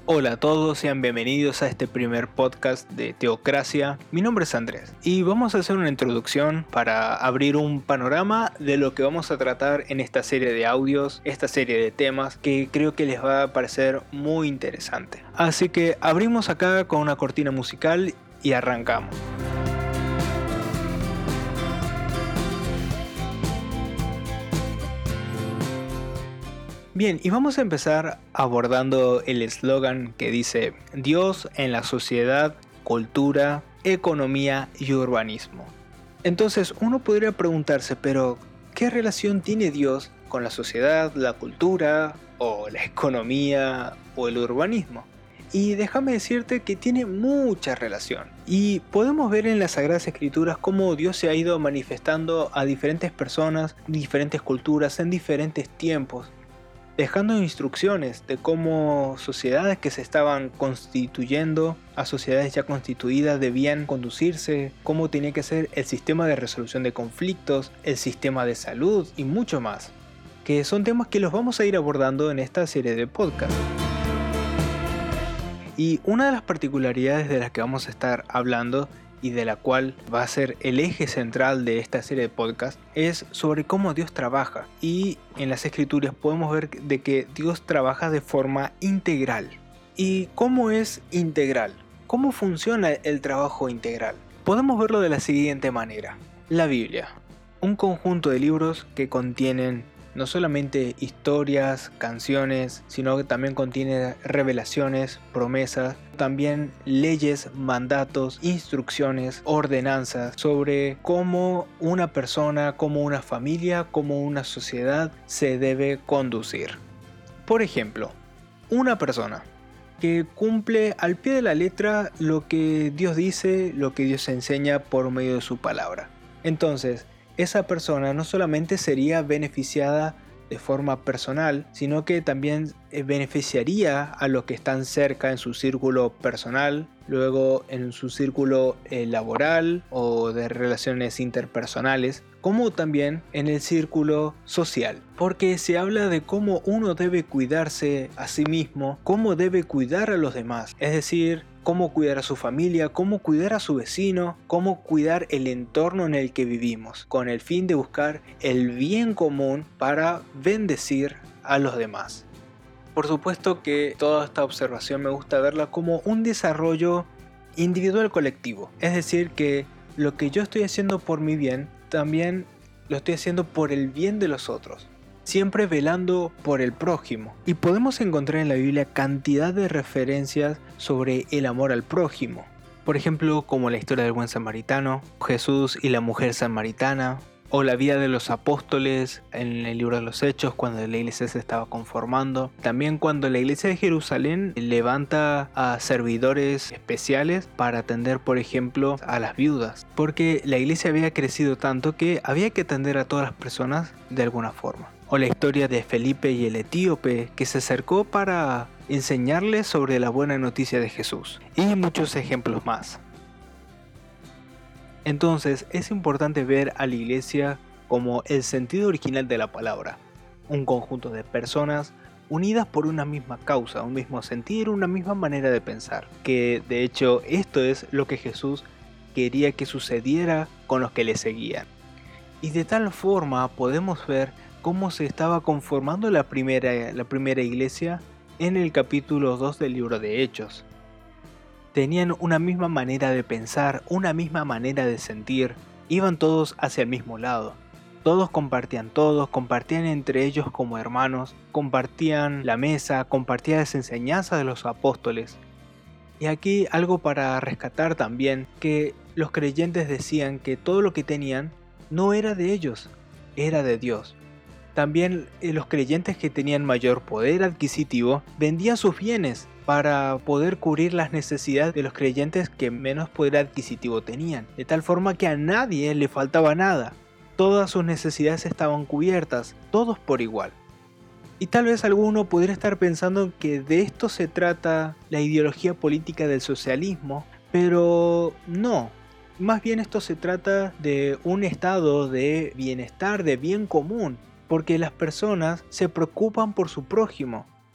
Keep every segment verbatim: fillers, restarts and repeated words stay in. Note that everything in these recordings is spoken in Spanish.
Hola a todos, sean bienvenidos a este primer podcast de Teocracia. Mi nombre es Andrés y vamos a hacer una introducción para abrir un panorama de lo que vamos a tratar en esta serie de audios, esta serie de temas que creo que les va a parecer muy interesante. Así que abrimos acá con una cortina musical y arrancamos. Bien, y vamos a empezar abordando el eslogan que dice Dios en la sociedad, cultura, economía y urbanismo. Entonces uno podría preguntarse, pero ¿qué relación tiene Dios con la sociedad, la cultura, o la economía, o el urbanismo? Y déjame decirte que tiene mucha relación. Y podemos ver en las Sagradas Escrituras cómo Dios se ha ido manifestando a diferentes personas, diferentes culturas, en diferentes tiempos, dejando instrucciones de cómo sociedades que se estaban constituyendo a sociedades ya constituidas debían conducirse, cómo tenía que ser el sistema de resolución de conflictos, el sistema de salud y mucho más, que son temas que los vamos a ir abordando en esta serie de podcast. Y una de las particularidades de las que vamos a estar hablando y de la cual va a ser el eje central de esta serie de podcast es sobre cómo Dios trabaja. Y en las escrituras podemos ver de que Dios trabaja de forma integral. ¿Y cómo es integral? ¿Cómo funciona el trabajo integral? Podemos verlo de la siguiente manera. La Biblia, un conjunto de libros que contienen no solamente historias, canciones, sino que también contiene revelaciones, promesas, también leyes, mandatos, instrucciones, ordenanzas sobre cómo una persona, cómo una familia, cómo una sociedad se debe conducir. Por ejemplo, una persona que cumple al pie de la letra lo que Dios dice, lo que Dios enseña por medio de su palabra. Entonces, esa persona no solamente sería beneficiada de forma personal, sino que también beneficiaría a los que están cerca en su círculo personal, luego en su círculo eh, laboral o de relaciones interpersonales, como también en el círculo social, porque se habla de cómo uno debe cuidarse a sí mismo, cómo debe cuidar a los demás, es decir, cómo cuidar a su familia, cómo cuidar a su vecino, cómo cuidar el entorno en el que vivimos, con el fin de buscar el bien común para bendecir a los demás. Por supuesto que toda esta observación me gusta verla como un desarrollo individual colectivo, es decir, que lo que yo estoy haciendo por mi bien, también lo estoy haciendo por el bien de los otros, siempre velando por el prójimo. Y podemos encontrar en la Biblia cantidad de referencias sobre el amor al prójimo. Por ejemplo, como la historia del buen samaritano, Jesús y la mujer samaritana, o la vida de los apóstoles en el libro de los Hechos cuando la iglesia se estaba conformando. También cuando la iglesia de Jerusalén levanta a servidores especiales para atender, por ejemplo, a las viudas. Porque la iglesia había crecido tanto que había que atender a todas las personas de alguna forma. O la historia de Felipe y el etíope que se acercó para enseñarles sobre la buena noticia de Jesús. Y muchos ejemplos más. Entonces es importante ver a la iglesia como el sentido original de la palabra, un conjunto de personas unidas por una misma causa, un mismo sentir, una misma manera de pensar, que de hecho esto es lo que Jesús quería que sucediera con los que le seguían. Y de tal forma podemos ver cómo se estaba conformando la primera, la primera iglesia en el capítulo dos del libro de Hechos. Tenían una misma manera de pensar, una misma manera de sentir, iban todos hacia el mismo lado. Todos compartían todos, compartían entre ellos como hermanos, compartían la mesa, compartían las enseñanzas de los apóstoles. Y aquí algo para rescatar también, que los creyentes decían que todo lo que tenían no era de ellos, era de Dios. También eh, los creyentes que tenían mayor poder adquisitivo vendían sus bienes para poder cubrir las necesidades de los creyentes que menos poder adquisitivo tenían, de tal forma que a nadie le faltaba nada. Todas sus necesidades estaban cubiertas, todos por igual. Y tal vez alguno pudiera estar pensando que de esto se trata la ideología política del socialismo, pero no. Más bien esto se trata de un estado de bienestar, de bien común, porque las personas se preocupan por su prójimo.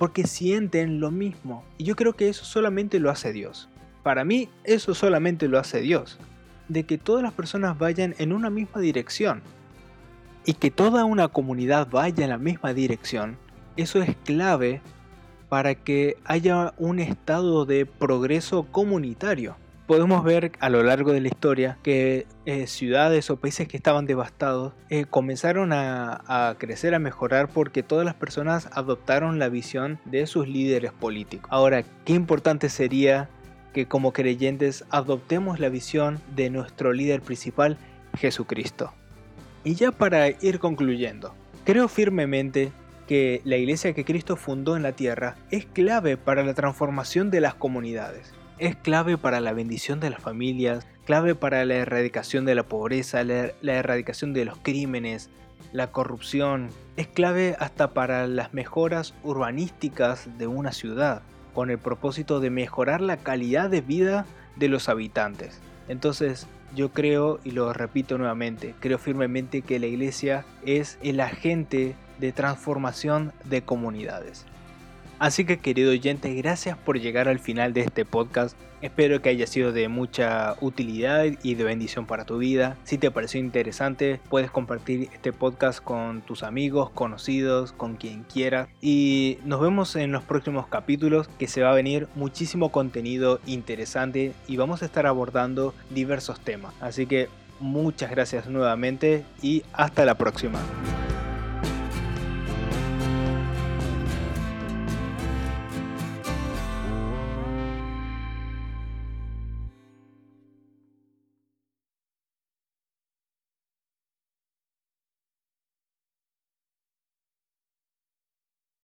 porque sienten lo mismo. Y yo creo que eso solamente lo hace Dios. Para mí, eso solamente lo hace Dios. De que todas las personas vayan en una misma dirección. Y que toda una comunidad vaya en la misma dirección. Eso es clave para que haya un estado de progreso comunitario. Podemos ver a lo largo de la historia que eh, ciudades o países que estaban devastados eh, comenzaron a, a crecer, a mejorar porque todas las personas adoptaron la visión de sus líderes políticos. Ahora, qué importante sería que como creyentes adoptemos la visión de nuestro líder principal, Jesucristo. Y ya para ir concluyendo, creo firmemente que la iglesia que Cristo fundó en la tierra es clave para la transformación de las comunidades. Es clave para la bendición de las familias, clave para la erradicación de la pobreza, la, la erradicación de los crímenes, la corrupción. Es clave hasta para las mejoras urbanísticas de una ciudad, con el propósito de mejorar la calidad de vida de los habitantes. Entonces, yo creo, y lo repito nuevamente, creo firmemente que la iglesia es el agente de transformación de comunidades. Así que, querido oyente, gracias por llegar al final de este podcast. Espero que haya sido de mucha utilidad y de bendición para tu vida. Si te pareció interesante, puedes compartir este podcast con tus amigos, conocidos, con quien quieras. Y nos vemos en los próximos capítulos, que se va a venir muchísimo contenido interesante y vamos a estar abordando diversos temas. Así que muchas gracias nuevamente y hasta la próxima.